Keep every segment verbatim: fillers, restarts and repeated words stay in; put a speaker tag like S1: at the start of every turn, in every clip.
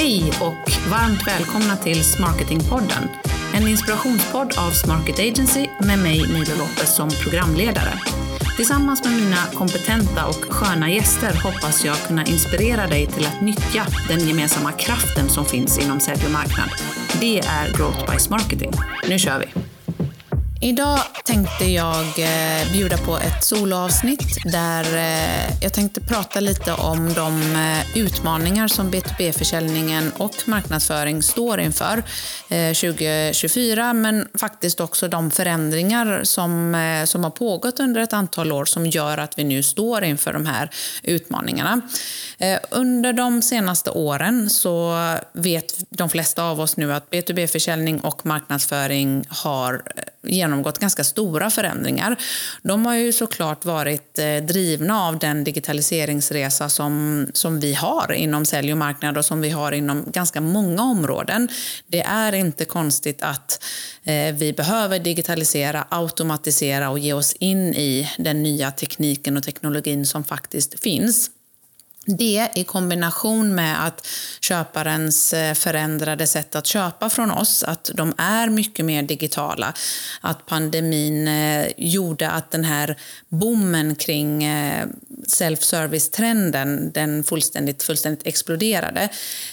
S1: Hej och varmt välkomna till Smarketingpodden. En inspirationspodd av Smarket Agency med mig Milo Lopez som programledare. Tillsammans med mina kompetenta och sköna gäster hoppas jag kunna inspirera dig till att nyttja den gemensamma kraften som finns inom sälj och marknad. Det är Growth by Smarketing. Nu kör vi! Idag tänkte jag bjuda på ett soloavsnitt där jag tänkte prata lite om de utmaningar som B två B-försäljningen och marknadsföring står inför tjugo tjugofyra, men faktiskt också de förändringar som, som har pågått under ett antal år som gör att vi nu står inför de här utmaningarna. Under de senaste åren så vet de flesta av oss nu att B två B-försäljning och marknadsföring har genomgått ganska stora förändringar. De har ju såklart varit drivna av den digitaliseringsresa som, som vi har inom sälj och marknad och som vi har inom ganska många områden. Det är inte konstigt att eh, vi behöver digitalisera, automatisera och ge oss in i den nya tekniken och teknologin som faktiskt finns. Det i kombination med att köparens förändrade sätt att köpa från oss, att de är mycket mer digitala, att pandemin gjorde att den här boomen kring self-service-trenden, den fullständigt, fullständigt exploderade.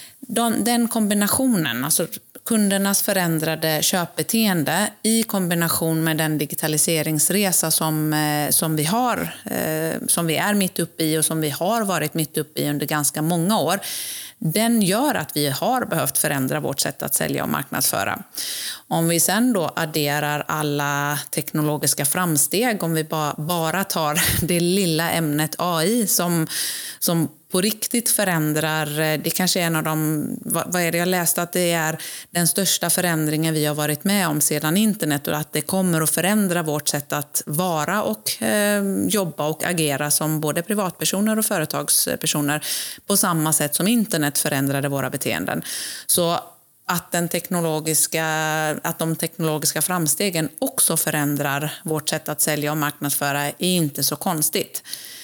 S1: Den kombinationen, alltså kundernas förändrade köpbeteende i kombination med den digitaliseringsresa som, som vi har, som vi är mitt uppe i och som vi har varit mitt uppe i under ganska många år, den gör att vi har behövt förändra vårt sätt att sälja och marknadsföra. Om vi sen då adderar alla teknologiska framsteg, om vi ba, bara tar det lilla ämnet A I som, som på riktigt förändrar, det kanske är en av de, vad är det jag läste, att det är den största förändringen vi har varit med om sedan internet och att det kommer att förändra vårt sätt att vara och eh, jobba och agera som både privatpersoner och företagspersoner på samma sätt som internet förändrade våra beteenden. Så att, den teknologiska, att de teknologiska framstegen också förändrar vårt sätt att sälja och marknadsföra är inte så konstigt.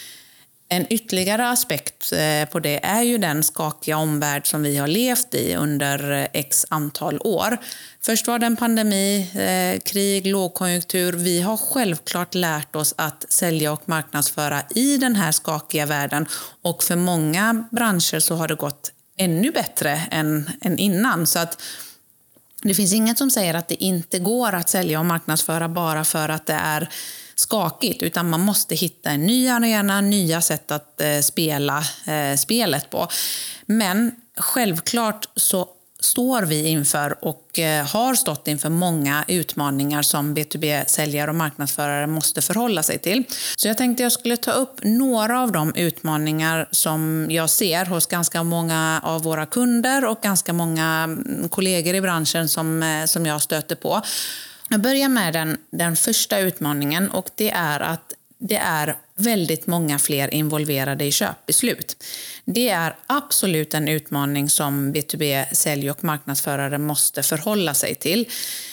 S1: En ytterligare aspekt på det är ju den skakiga omvärld som vi har levt i under x antal år. Först var det en pandemi, krig, lågkonjunktur. Vi har självklart lärt oss att sälja och marknadsföra i den här skakiga världen. Och för många branscher så har det gått ännu bättre än, än innan. Så att det finns inget som säger att det inte går att sälja och marknadsföra bara för att det är skakigt, utan man måste hitta en ny arena, nya sätt att eh, spela eh, spelet på. Men självklart så står vi inför och eh, har stått inför många utmaningar som B två B-säljare och marknadsförare måste förhålla sig till. Så jag tänkte jag skulle ta upp några av de utmaningar som jag ser hos ganska många av våra kunder och ganska många kollegor i branschen som, eh, som jag stöter på. Jag börjar med den, den första utmaningen, och det är att det är väldigt många fler involverade i köpbeslut. Det är absolut en utmaning som B två B-sälj och marknadsförare måste förhålla sig till.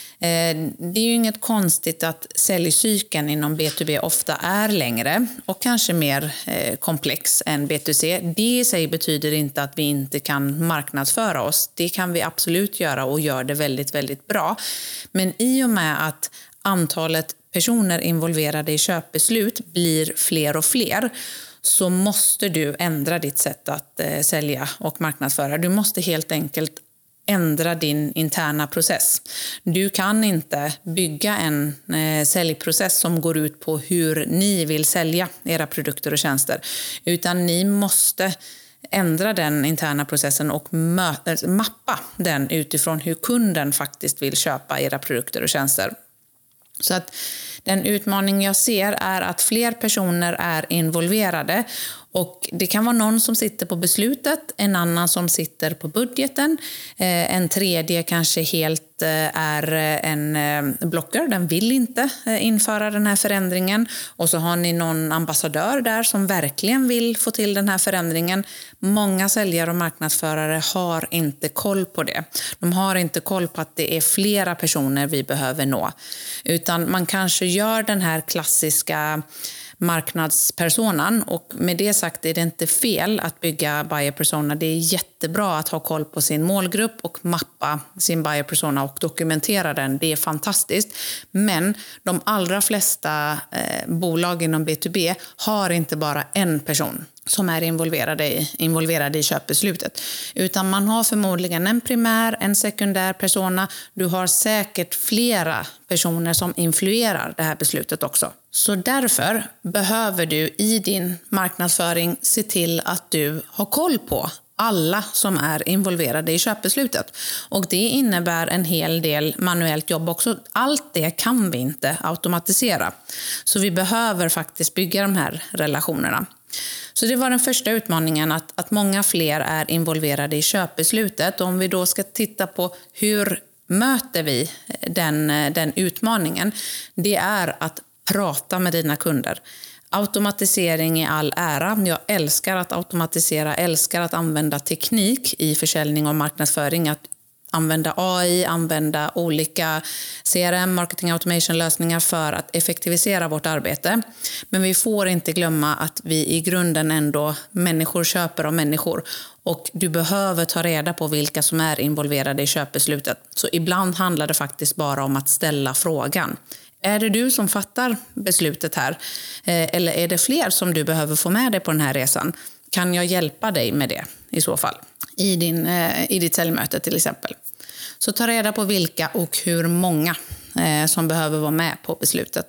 S1: Det är ju inget konstigt att säljcykeln inom B två B ofta är längre och kanske mer komplex än B två C. Det i sig betyder inte att vi inte kan marknadsföra oss. Det kan vi absolut göra och gör det väldigt, väldigt bra. Men i och med att antalet personer involverade i köpbeslut blir fler och fler så måste du ändra ditt sätt att sälja och marknadsföra. Du måste helt enkelt ändra din interna process. Du kan inte bygga en eh, säljprocess som går ut på hur ni vill sälja era produkter och tjänster, utan ni måste ändra den interna processen och möta, mappa den utifrån hur kunden faktiskt vill köpa era produkter och tjänster. Så att den utmaning jag ser är att fler personer är involverade, och det kan vara någon som sitter på beslutet, en annan som sitter på budgeten, en tredje kanske helt är en blocker, den vill inte införa den här förändringen, och så har ni någon ambassadör där som verkligen vill få till den här förändringen. Många säljare och marknadsförare har inte koll på det. De har inte koll på att det är flera personer vi behöver nå, utan man kanske gör den här klassiska marknadspersonan. Och med det sagt är det inte fel att bygga buyer persona. Det är jättebra att ha koll på sin målgrupp och mappa sin buyer persona och dokumentera den. Det är fantastiskt. Men de allra flesta eh, bolag inom B to B har inte bara en person som är involverade i, involverade i köpbeslutet. Utan man har förmodligen en primär, en sekundär persona. Du har säkert flera personer som influerar det här beslutet också. Så därför behöver du i din marknadsföring se till att du har koll på alla som är involverade i köpbeslutet. Och det innebär en hel del manuellt jobb också. Allt det kan vi inte automatisera. Så vi behöver faktiskt bygga de här relationerna. Så det var den första utmaningen, att, att många fler är involverade i köpbeslutet. Och om vi då ska titta på hur möter vi den, den utmaningen, det är att prata med dina kunder. Automatisering i all ära. Jag älskar att automatisera, älskar att använda teknik i försäljning och marknadsföring. Att använda A I, använda olika C R M, marketing automation-lösningar för att effektivisera vårt arbete. Men vi får inte glömma att vi i grunden ändå, människor köper av människor. Och du behöver ta reda på vilka som är involverade i köpbeslutet. Så ibland handlar det faktiskt bara om att ställa frågan. Är det du som fattar beslutet här? Eller är det fler som du behöver få med dig på den här resan? Kan jag hjälpa dig med det i så fall? I, din, i ditt säljmöte till exempel. Så ta reda på vilka och hur många som behöver vara med på beslutet.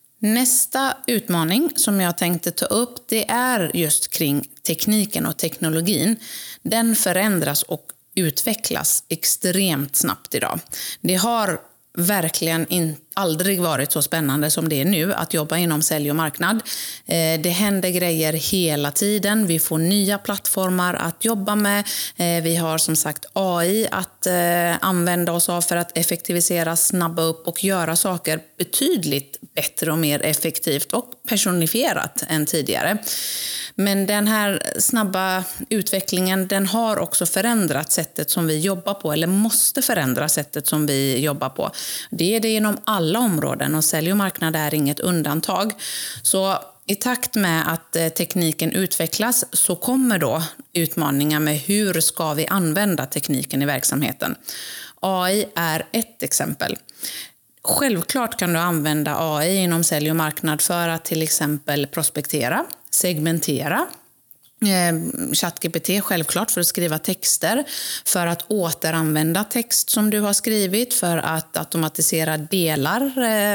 S1: Nästa utmaning som jag tänkte ta upp, det är just kring tekniken och teknologin. Den förändras och utvecklas extremt snabbt idag. Det har verkligen in, aldrig varit så spännande som det är nu att jobba inom sälj och marknad. Eh, det händer grejer hela tiden. Vi får nya plattformar att jobba med. Eh, vi har som sagt A I att eh, använda oss av för att effektivisera, snabba upp och göra saker betydligt bättre och mer effektivt och personifierat än tidigare. Men den här snabba utvecklingen, den har också förändrat sättet som vi jobbar på, eller måste förändra sättet som vi jobbar på. Det är det inom alla områden och sälj och marknad är inget undantag. Så i takt med att tekniken utvecklas så kommer då utmaningar med hur ska vi använda tekniken i verksamheten. A I är ett exempel. Självklart kan du använda A I inom sälj och marknad för att till exempel prospektera, segmentera. ChatGPT självklart för att skriva texter, för att återanvända text som du har skrivit, för att automatisera delar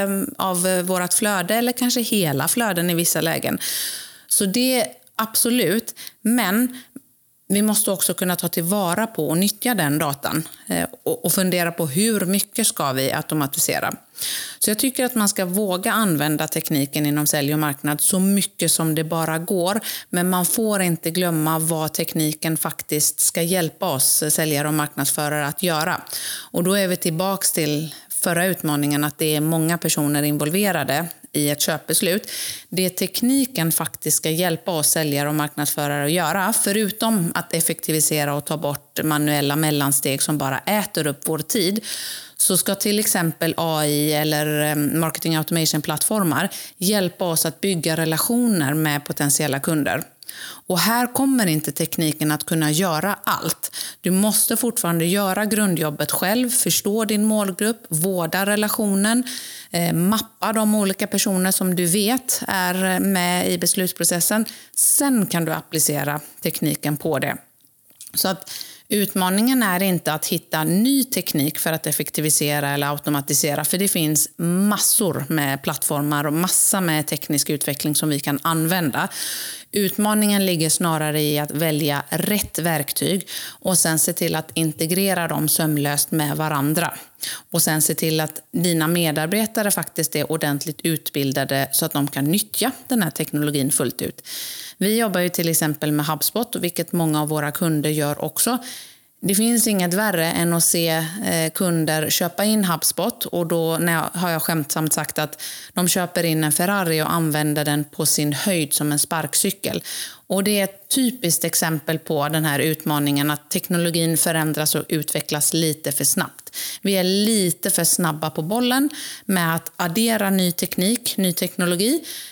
S1: av vårat flöde eller kanske hela flöden i vissa lägen. Så det absolut, men vi måste också kunna ta tillvara på och nyttja den datan och fundera på hur mycket ska vi automatisera. Så jag tycker att man ska våga använda tekniken inom sälj och marknad så mycket som det bara går. Men man får inte glömma vad tekniken faktiskt ska hjälpa oss säljare och marknadsförare att göra. Och då är vi tillbaka till förra utmaningen, att det är många personer involverade i ett köpbeslut. Det tekniken faktiskt ska hjälpa oss säljare och marknadsförare att göra, förutom att effektivisera och ta bort manuella mellansteg som bara äter upp vår tid, så ska till exempel A I eller marketing automation-plattformar hjälpa oss att bygga relationer med potentiella kunder. Och här kommer inte tekniken att kunna göra allt. Du måste fortfarande göra grundjobbet själv, förstå din målgrupp, vårda relationen, eh, mappa de olika personer som du vet är med i beslutsprocessen. Sen kan du applicera tekniken på det. Så att utmaningen är inte att hitta ny teknik för att effektivisera eller automatisera, för det finns massor med plattformar och massa med teknisk utveckling som vi kan använda. Utmaningen ligger snarare i att välja rätt verktyg och sen se till att integrera dem sömlöst med varandra. Och sen se till att dina medarbetare faktiskt är ordentligt utbildade så att de kan nyttja den här teknologin fullt ut. Vi jobbar ju till exempel med HubSpot, vilket många av våra kunder gör också. Det finns inget värre än att se kunder köpa in HubSpot, och då när jag, har jag skämtsamt sagt att de köper in en Ferrari och använder den på sin höjd som en sparkcykel. Och det är ett typiskt exempel på den här utmaningen att teknologin förändras och utvecklas lite för snabbt. Vi är lite för snabba på bollen med att addera ny teknik, ny teknologi.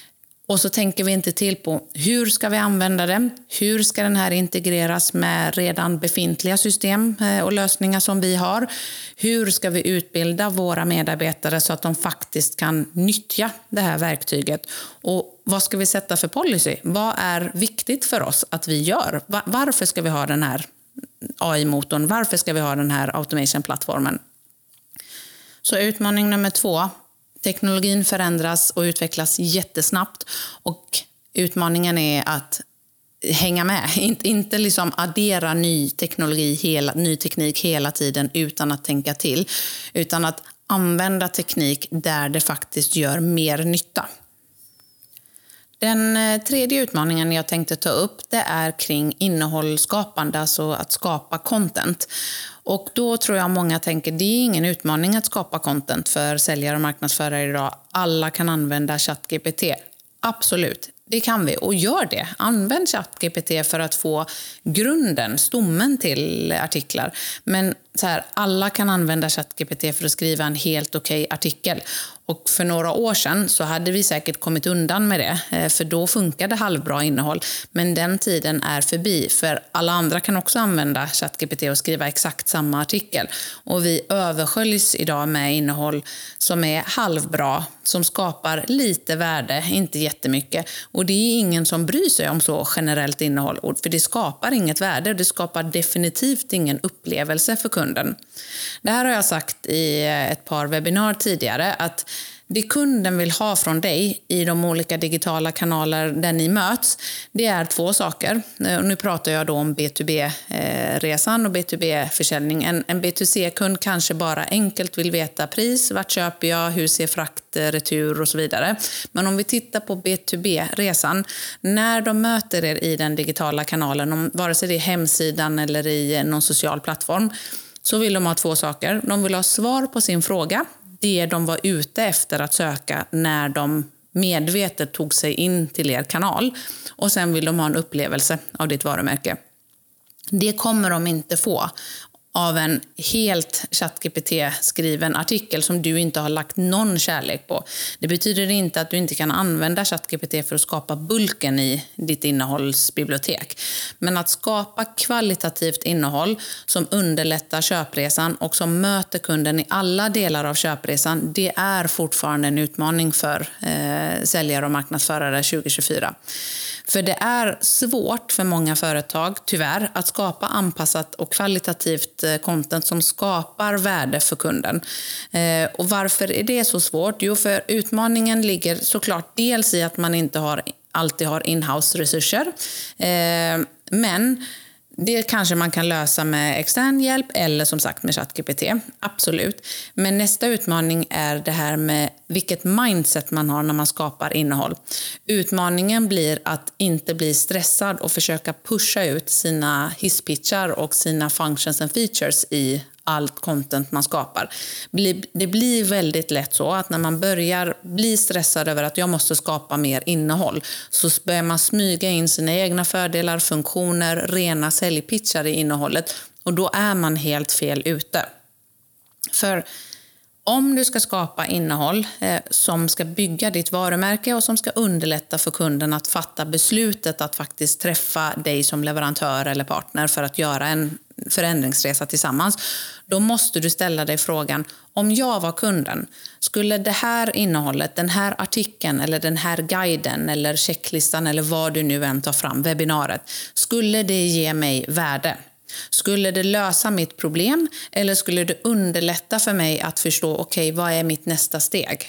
S1: Och så tänker vi inte till på hur ska vi använda det? Hur ska den här integreras med redan befintliga system och lösningar som vi har? Hur ska vi utbilda våra medarbetare så att de faktiskt kan nyttja det här verktyget? Och vad ska vi sätta för policy? Vad är viktigt för oss att vi gör? Varför ska vi ha den här A I-motorn? Varför ska vi ha den här automation-plattformen? Så utmaning nummer två. Teknologin förändras och utvecklas jättesnabbt och utmaningen är att hänga med. Inte, inte liksom addera ny teknologi, hela, ny teknik hela tiden utan att tänka till. Utan att använda teknik där det faktiskt gör mer nytta. Den tredje utmaningen jag tänkte ta upp det är kring innehållsskapande, alltså att skapa content. Och då tror jag många tänker det är ingen utmaning att skapa content för säljare och marknadsförare idag. Alla kan använda ChatGPT. Absolut, det kan vi och gör det. Använd ChatGPT för att få grunden, stommen till artiklar. Men så här, alla kan använda ChatGPT för att skriva en helt okej artikel. Och för några år sedan så hade vi säkert kommit undan med det, för då funkade halvbra innehåll. Men den tiden är förbi, för alla andra kan också använda ChatGPT och skriva exakt samma artikel. Och vi översköljs idag med innehåll som är halvbra, som skapar lite värde, inte jättemycket. Och det är ingen som bryr sig om så generellt innehåll, för det skapar inget värde och det skapar definitivt ingen upplevelse för kunden. Det här har jag sagt i ett par webbinar tidigare, att det kunden vill ha från dig i de olika digitala kanaler där ni möts, det är två saker. Nu pratar jag då om B to B-resan och B to B-försäljning. En, en B to C-kund kanske bara enkelt vill veta pris, vart köper jag, hur ser frakt, retur och så vidare. Men om vi tittar på B to B-resan, när de möter er i den digitala kanalen, om, vare sig det är hemsidan eller i någon social plattform, så vill de ha två saker. De vill ha svar på sin fråga, det de var ute efter att söka när de medvetet tog sig in till er kanal. Och sen vill de ha en upplevelse av ditt varumärke. Det kommer de inte få av en helt ChatGPT-skriven artikel som du inte har lagt någon kärlek på. Det betyder inte att du inte kan använda ChatGPT för att skapa bulken i ditt innehållsbibliotek. Men att skapa kvalitativt innehåll som underlättar köpresan och som möter kunden i alla delar av köpresan, det är fortfarande en utmaning för eh, säljare och marknadsförare tjugo tjugofyra. För det är svårt för många företag, tyvärr, att skapa anpassat och kvalitativt content som skapar värde för kunden. Eh, och varför är det så svårt? Jo, för utmaningen ligger såklart dels i att man inte har, alltid har in-house-resurser. Eh, men det kanske man kan lösa med extern hjälp eller som sagt med ChatGPT. Absolut. Men nästa utmaning är det här med vilket mindset man har när man skapar innehåll. Utmaningen blir att inte bli stressad och försöka pusha ut sina hisspitchar och sina functions and features i allt content man skapar. Det blir väldigt lätt så att när man börjar bli stressad över att jag måste skapa mer innehåll, så börjar man smyga in sina egna fördelar, funktioner, rena säljpitchar i innehållet, och då är man helt fel ute. För om du ska skapa innehåll eh, som ska bygga ditt varumärke och som ska underlätta för kunden att fatta beslutet att faktiskt träffa dig som leverantör eller partner för att göra en förändringsresa tillsammans, då måste du ställa dig frågan: om jag var kunden, skulle det här innehållet, den här artikeln eller den här guiden eller checklistan eller vad du nu än tar fram, webbinariet, skulle det ge mig värde? Skulle det lösa mitt problem eller skulle det underlätta för mig att förstå, okej, okay, vad är mitt nästa steg?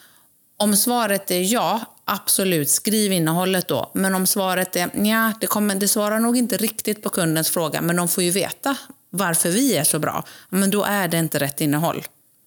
S1: Om svaret är ja, absolut, skriv innehållet då. Men om svaret är ja, det, kommer, det svarar nog inte riktigt på kundens fråga, men de får ju veta varför vi är så bra, men då är det inte rätt innehåll.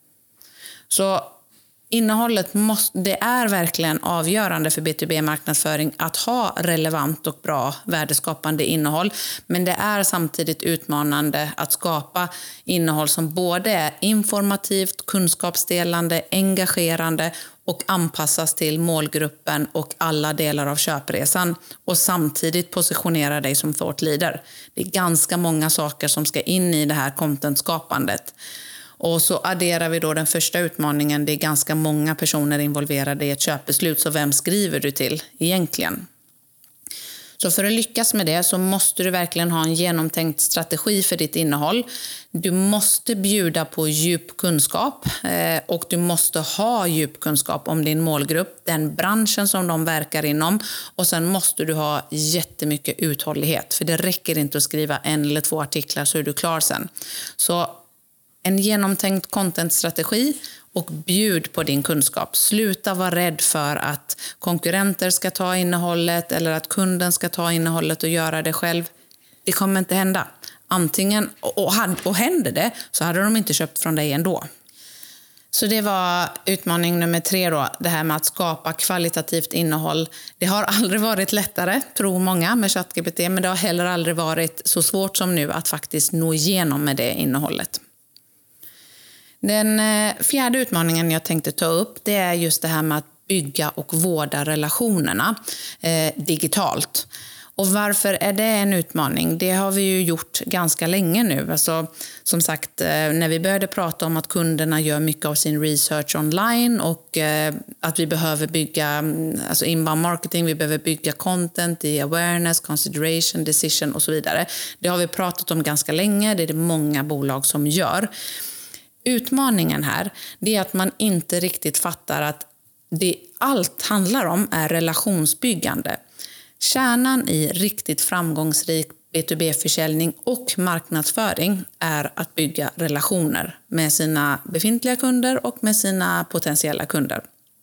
S1: Så innehållet måste, det är verkligen avgörande för B to B-marknadsföring att ha relevant och bra värdeskapande innehåll. Men det är samtidigt utmanande att skapa innehåll som både är informativt, kunskapsdelande, engagerande och anpassas till målgruppen och alla delar av köpresan och samtidigt positionera dig som thought leader. Det är ganska många saker som ska in i det här contentskapandet. Och så adderar vi då den första utmaningen. Det är ganska många personer involverade i ett köpbeslut. Så vem skriver du till egentligen? Så för att lyckas med det så måste du verkligen ha en genomtänkt strategi för ditt innehåll. Du måste bjuda på djup kunskap och du måste ha djup kunskap om din målgrupp, den branschen som de verkar inom, och sen måste du ha jättemycket uthållighet, för det räcker inte att skriva en eller två artiklar så är du klar sen. Så en genomtänkt contentstrategi och bjud på din kunskap. Sluta vara rädd för att konkurrenter ska ta innehållet eller att kunden ska ta innehållet och göra det själv. Det kommer inte hända. Antingen, och, och händer det, så hade de inte köpt från dig ändå. Så det var utmaning nummer tre då, det här med att skapa kvalitativt innehåll. Det har aldrig varit lättare, tror många, med ChatGPT, men det har heller aldrig varit så svårt som nu att faktiskt nå igenom med det innehållet. Den fjärde utmaningen jag tänkte ta upp, det är just det här med att bygga och vårda relationerna eh, digitalt. Och varför är det en utmaning? Det har vi ju gjort ganska länge nu. Alltså, som sagt, när vi började prata om att kunderna gör mycket av sin research online och eh, att vi behöver bygga alltså inbound marketing, vi behöver bygga content i awareness, consideration, decision och så vidare. Det har vi pratat om ganska länge, det är det många bolag som gör. Utmaningen här, det är att man inte riktigt fattar att det allt handlar om är relationsbyggande. Kärnan i riktigt framgångsrik B to B-försäljning och marknadsföring är att bygga relationer med sina befintliga kunder och med sina potentiella kunder.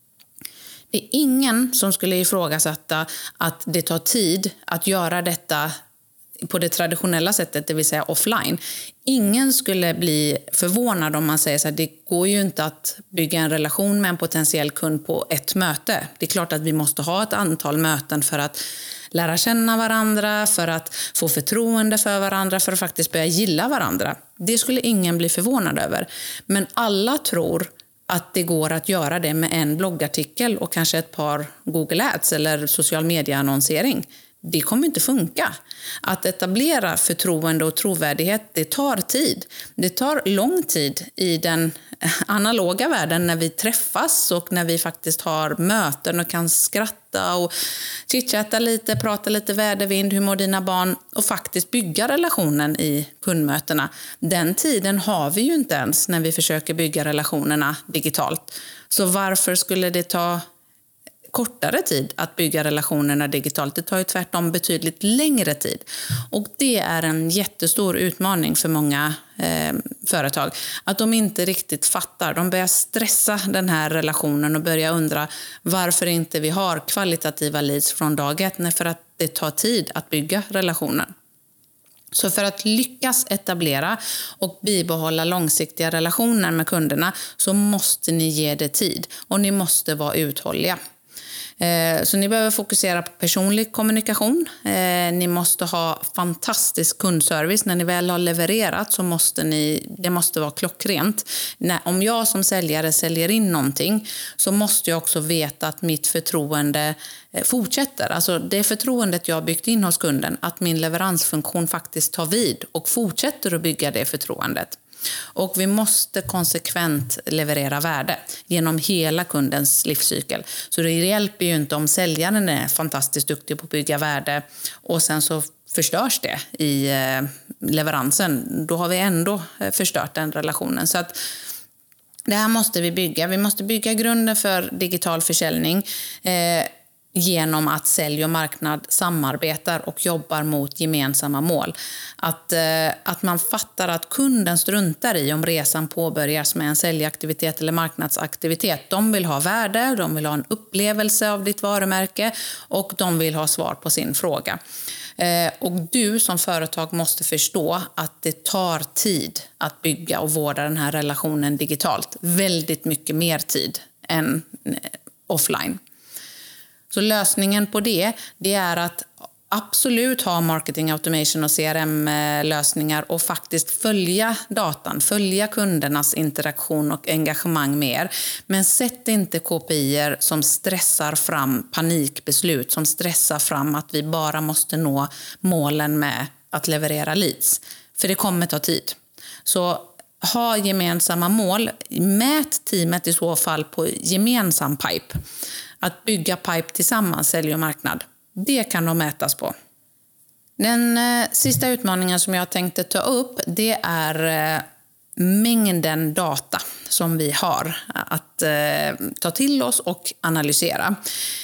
S1: Det är ingen som skulle ifrågasätta att det tar tid att göra detta på det traditionella sättet, det vill säga offline. Ingen skulle bli förvånad om man säger så här, det går ju inte att bygga en relation med en potentiell kund på ett möte. Det är klart att vi måste ha ett antal möten för att lära känna varandra, för att få förtroende för varandra, för att faktiskt börja gilla varandra. Det skulle ingen bli förvånad över. Men alla tror att det går att göra det med en bloggartikel och kanske ett par Google Ads eller social media-annonsering. Det kommer inte funka. Att etablera förtroende och trovärdighet, det tar tid. Det tar lång tid i den analoga världen när vi träffas och när vi faktiskt har möten och kan skratta och chitchatta lite, prata lite vädervind, hur mår dina barn, och faktiskt bygga relationen i kundmötena. Den tiden har vi ju inte ens när vi försöker bygga relationerna digitalt. Så varför skulle det ta kortare tid att bygga relationerna digitalt? Det tar ju tvärtom betydligt längre tid. Och det är en jättestor utmaning för många eh, företag. Att de inte riktigt fattar. De börjar stressa den här relationen och börjar undra varför inte vi har kvalitativa leads från dag ett. Nej, för att det tar tid att bygga relationen. Så för att lyckas etablera och bibehålla långsiktiga relationer med kunderna så måste ni ge det tid. Och ni måste vara uthålliga. Så ni behöver fokusera på personlig kommunikation. Ni måste ha fantastisk kundservice. När ni väl har levererat så måste ni, det måste vara klockrent. Om jag som säljare säljer in någonting så måste jag också veta att mitt förtroende fortsätter. Alltså det förtroendet jag har byggt in hos kunden, att min leveransfunktion faktiskt tar vid och fortsätter att bygga det förtroendet. Och vi måste konsekvent leverera värde genom hela kundens livscykel. Så det hjälper ju inte om säljaren är fantastiskt duktig på att bygga värde och sen så förstörs det i leveransen. Då har vi ändå förstört den relationen. Så att det här måste vi bygga. Vi måste bygga grunden för digital försäljning eh, genom att sälj och marknad samarbetar och jobbar mot gemensamma mål. Att, eh, att man fattar att kunden struntar i om resan påbörjas med en säljaktivitet eller marknadsaktivitet. De vill ha värde, de vill ha en upplevelse av ditt varumärke och de vill ha svar på sin fråga. Eh, och du som företag måste förstå att det tar tid att bygga och vårda den här relationen digitalt. Väldigt mycket mer tid än eh, offline. Så lösningen på det, det är att absolut ha marketing automation och C R M-lösningar och faktiskt följa datan, följa kundernas interaktion och engagemang mer. Men sätt inte K P I:er som stressar fram panikbeslut, som stressar fram att vi bara måste nå målen med att leverera leads. För det kommer ta tid. Så ha gemensamma mål. Mät teamet i så fall på gemensam pipe. Att bygga pipe tillsammans, sälj och marknad. Det kan de mätas på. Den eh, sista utmaningen som jag tänkte ta upp, det är eh, mängden data som vi har att eh, ta till oss och analysera.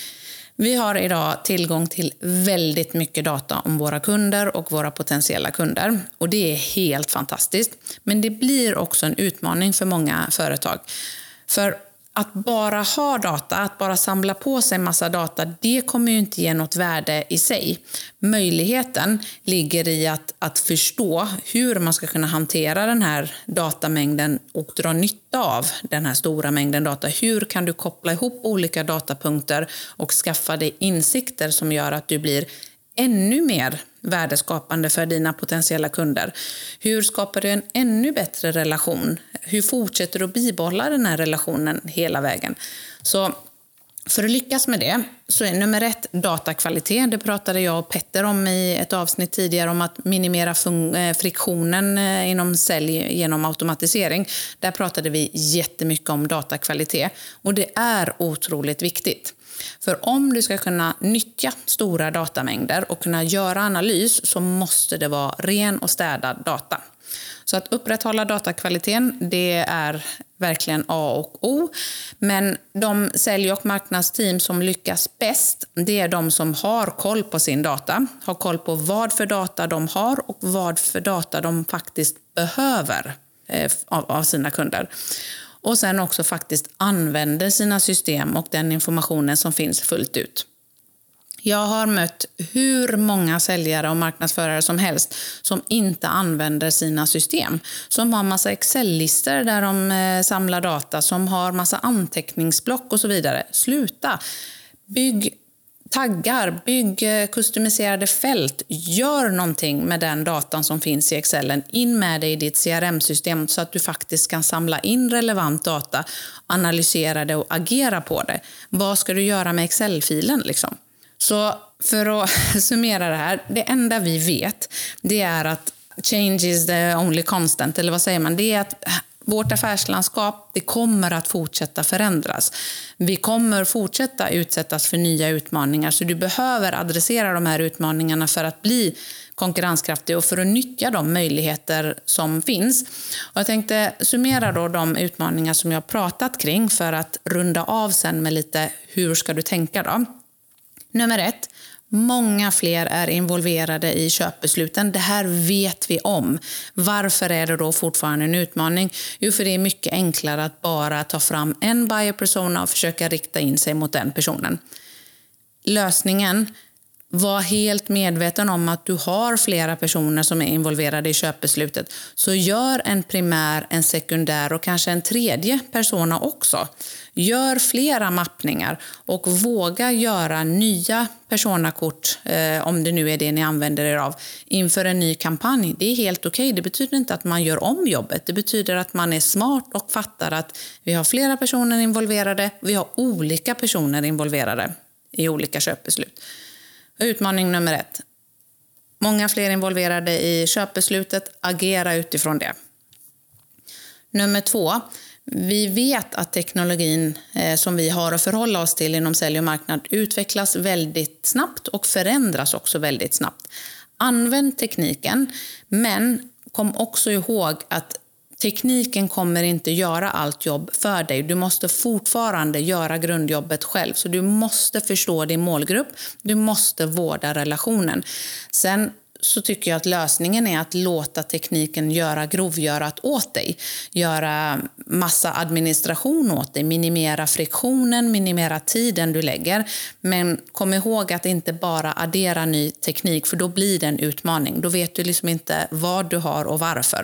S1: Vi har idag tillgång till väldigt mycket data om våra kunder och våra potentiella kunder. Och det är helt fantastiskt. Men det blir också en utmaning för många företag. För att bara ha data, att bara samla på sig massa data, det kommer ju inte ge något värde i sig. Möjligheten ligger i att, att förstå hur man ska kunna hantera den här datamängden och dra nytta av den här stora mängden data. Hur kan du koppla ihop olika datapunkter och skaffa dig insikter som gör att du blir ännu mer värdeskapande för dina potentiella kunder? Hur skapar du en ännu bättre relation? Hur fortsätter du att bibehålla den här relationen hela vägen? Så för att lyckas med det så är nummer ett datakvalitet. Det pratade jag och Petter om i ett avsnitt tidigare om att minimera fun- friktionen inom sälj genom automatisering. Där pratade vi jättemycket om datakvalitet och det är otroligt viktigt. För om du ska kunna nyttja stora datamängder och kunna göra analys så måste det vara ren och städad data. Så att upprätthålla datakvaliteten, det är verkligen A och O. Men de sälj- och marknadsteam som lyckas bäst, det är de som har koll på sin data. Har koll på vad för data de har och vad för data de faktiskt behöver eh, av, av sina kunder. Och sen också faktiskt använder sina system och den informationen som finns fullt ut. Jag har mött hur många säljare och marknadsförare som helst som inte använder sina system. Som har massa Excel-listor där de samlar data, som har massa anteckningsblock och så vidare. Sluta! Bygg taggar, bygg kustomiserade fält. Gör någonting med den datan som finns i Excelen. In med det i ditt C R M-system så att du faktiskt kan samla in relevant data, analysera det och agera på det. Vad ska du göra med Excel-filen liksom? Så för att summera det här, det enda vi vet, det är att change is the only constant, eller vad säger man? Det är att vårt affärslandskap, det kommer att fortsätta förändras. Vi kommer fortsätta utsättas för nya utmaningar, så du behöver adressera de här utmaningarna för att bli konkurrenskraftig och för att nyttja de möjligheter som finns. Och jag tänkte summera då de utmaningar som jag har pratat kring för att runda av sen med lite hur ska du tänka då. Nummer ett, många fler är involverade i köpbesluten. Det här vet vi om. Varför är det då fortfarande en utmaning? Jo, för det är mycket enklare att bara ta fram en buyer persona och försöka rikta in sig mot den personen. Lösningen, var helt medveten om att du har flera personer som är involverade i köpbeslutet. Så gör en primär, en sekundär och kanske en tredje persona också. Gör flera mappningar och våga göra nya personakort, eh, om det nu är det ni använder er av, inför en ny kampanj. Det är helt okej. Det betyder inte att man gör om jobbet. Det betyder att man är smart och fattar att vi har flera personer involverade. Vi har olika personer involverade i olika köpbeslut. Utmaning nummer ett. Många fler involverade i köpbeslutet. Agera utifrån det. Nummer två. Vi vet att teknologin eh, som vi har att förhålla oss till inom sälj och marknad utvecklas väldigt snabbt och förändras också väldigt snabbt. Använd tekniken, men kom också ihåg att tekniken kommer inte göra allt jobb för dig. Du måste fortfarande göra grundjobbet själv. Så du måste förstå din målgrupp. Du måste vårda relationen. Sen så tycker jag att lösningen är att låta tekniken göra grovgörat åt dig. Göra massa administration åt dig. Minimera friktionen, minimera tiden du lägger. Men kom ihåg att inte bara addera ny teknik, för då blir det en utmaning. Då vet du liksom inte vad du har och varför.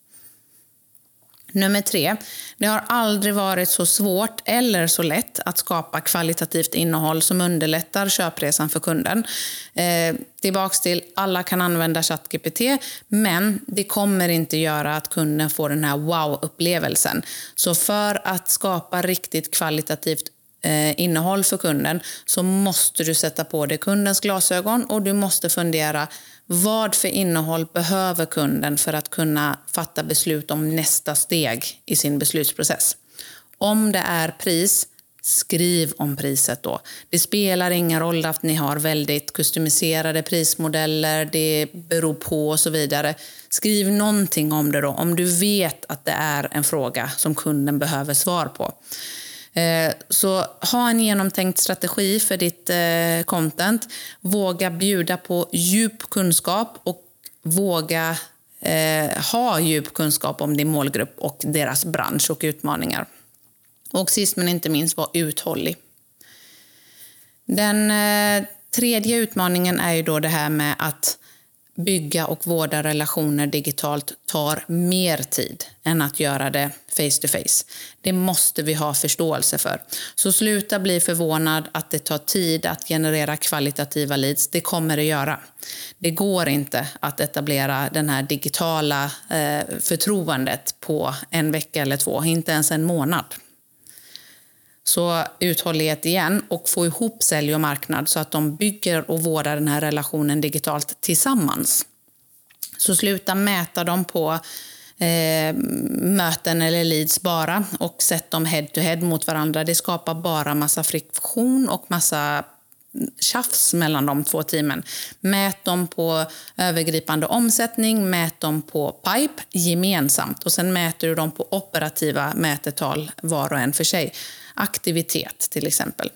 S1: Nummer tre, det har aldrig varit så svårt eller så lätt att skapa kvalitativt innehåll som underlättar köpresan för kunden. Eh, tillbaks till, alla kan använda ChatGPT, men det kommer inte göra att kunden får den här wow-upplevelsen. Så för att skapa riktigt kvalitativt eh, innehåll för kunden, så måste du sätta på dig kundens glasögon och du måste fundera: vad för innehåll behöver kunden för att kunna fatta beslut om nästa steg i sin beslutsprocess? Om det är pris, skriv om priset då. Det spelar ingen roll att ni har väldigt kustomiserade prismodeller, det beror på och så vidare. Skriv någonting om det då, om du vet att det är en fråga som kunden behöver svar på. Så ha en genomtänkt strategi för ditt content. Våga bjuda på djup kunskap och våga ha djup kunskap om din målgrupp och deras bransch och utmaningar. Och sist men inte minst, var uthållig. Den eh, tredje utmaningen är ju då det här med att bygga och vårda relationer digitalt tar mer tid än att göra det face to face. Det måste vi ha förståelse för. Så sluta bli förvånad att det tar tid att generera kvalitativa leads. Det kommer det göra. Det går inte att etablera den här digitala eh, förtroendet på en vecka eller två, inte ens en månad. Så uthållighet igen, och få ihop sälj och marknad så att de bygger och vårdar den här relationen digitalt tillsammans. Så sluta mäta dem på eh, möten eller leads bara och sätt dem head to head mot varandra. Det skapar bara massa friktion och massa tjafs mellan de två teamen. Mät dem på övergripande omsättning, mät dem på pipe gemensamt och sen mäter du dem på operativa mätetal var och en för sig. Aktivitet till exempel.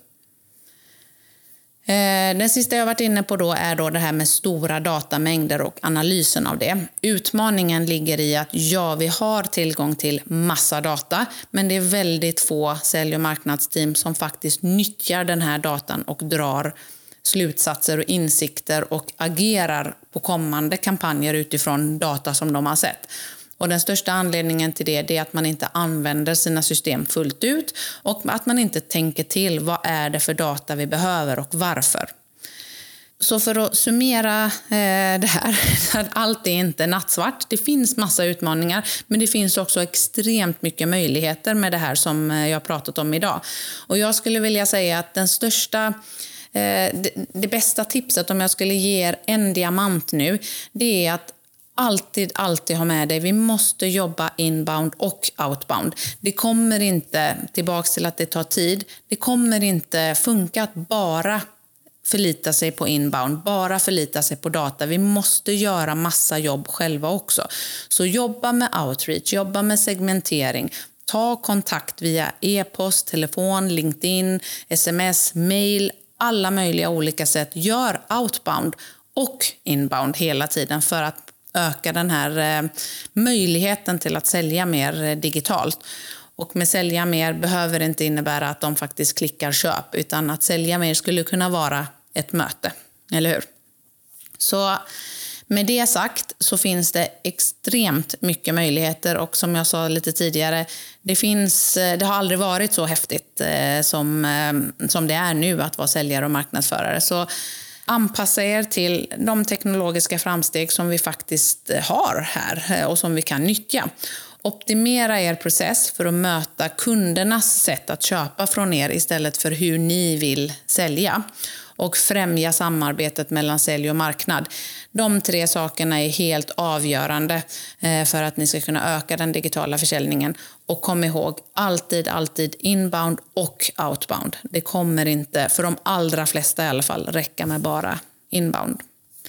S1: Den sista jag varit inne på då är då det här med stora datamängder och analysen av det. Utmaningen ligger i att ja, vi har tillgång till massa data, men det är väldigt få sälj- och marknadsteam som faktiskt nyttjar den här datan och drar slutsatser och insikter och agerar på kommande kampanjer utifrån data som de har sett. Och den största anledningen till det är att man inte använder sina system fullt ut och att man inte tänker till vad är det för data vi behöver och varför. Så för att summera eh, det här, att allt är inte nattsvart. Det finns massa utmaningar, men det finns också extremt mycket möjligheter med det här som jag har pratat om idag. Och jag skulle vilja säga att den största eh, det, det bästa tipset, om jag skulle ge er en diamant nu, det är att alltid, alltid ha med dig. Vi måste jobba inbound och outbound. Det kommer inte, tillbaks till att det tar tid, det kommer inte funka att bara förlita sig på inbound, bara förlita sig på data. Vi måste göra massa jobb själva också. Så jobba med outreach, jobba med segmentering. Ta kontakt via e-post, telefon, LinkedIn, sms, mail, alla möjliga olika sätt. Gör outbound och inbound hela tiden för att öka den här eh, möjligheten till att sälja mer eh, digitalt. Och med sälja mer behöver det inte innebära att de faktiskt klickar köp, utan att sälja mer skulle kunna vara ett möte, eller hur? Så med det sagt så finns det extremt mycket möjligheter, och som jag sa lite tidigare, det, finns, det har aldrig varit så häftigt eh, som, eh, som det är nu att vara säljare och marknadsförare. Så anpassa er till de teknologiska framsteg som vi faktiskt har här och som vi kan nyttja. Optimera er process för att möta kundernas sätt att köpa från er istället för hur ni vill sälja. Och främja samarbetet mellan sälj och marknad. De tre sakerna är helt avgörande för att ni ska kunna öka den digitala försäljningen. Och kom ihåg, alltid, alltid inbound och outbound. Det kommer inte, för de allra flesta i alla fall, räcka med bara inbound.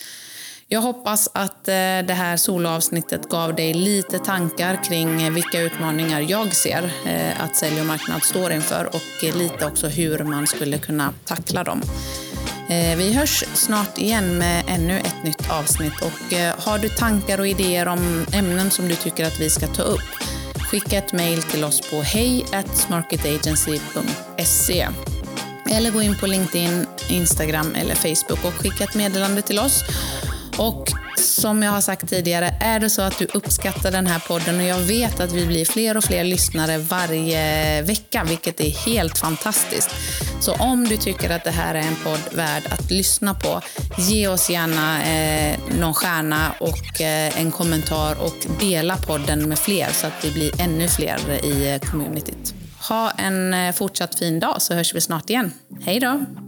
S1: Jag hoppas att det här soloavsnittet gav dig lite tankar kring vilka utmaningar jag ser att sälj och marknad står inför och lite också hur man skulle kunna tackla dem. Vi hörs snart igen med ännu ett nytt avsnitt, och har du tankar och idéer om ämnen som du tycker att vi ska ta upp, skicka ett mejl till oss på hej at smarketagency punkt se eller gå in på LinkedIn, Instagram eller Facebook och skicka ett meddelande till oss. Och som jag har sagt tidigare, är det så att du uppskattar den här podden, och jag vet att vi blir fler och fler lyssnare varje vecka, vilket är helt fantastiskt. Så om du tycker att det här är en podd värd att lyssna på, ge oss gärna eh, någon stjärna och eh, en kommentar, och dela podden med fler så att vi blir ännu fler i communityt. Ha en fortsatt fin dag så hörs vi snart igen. Hej då!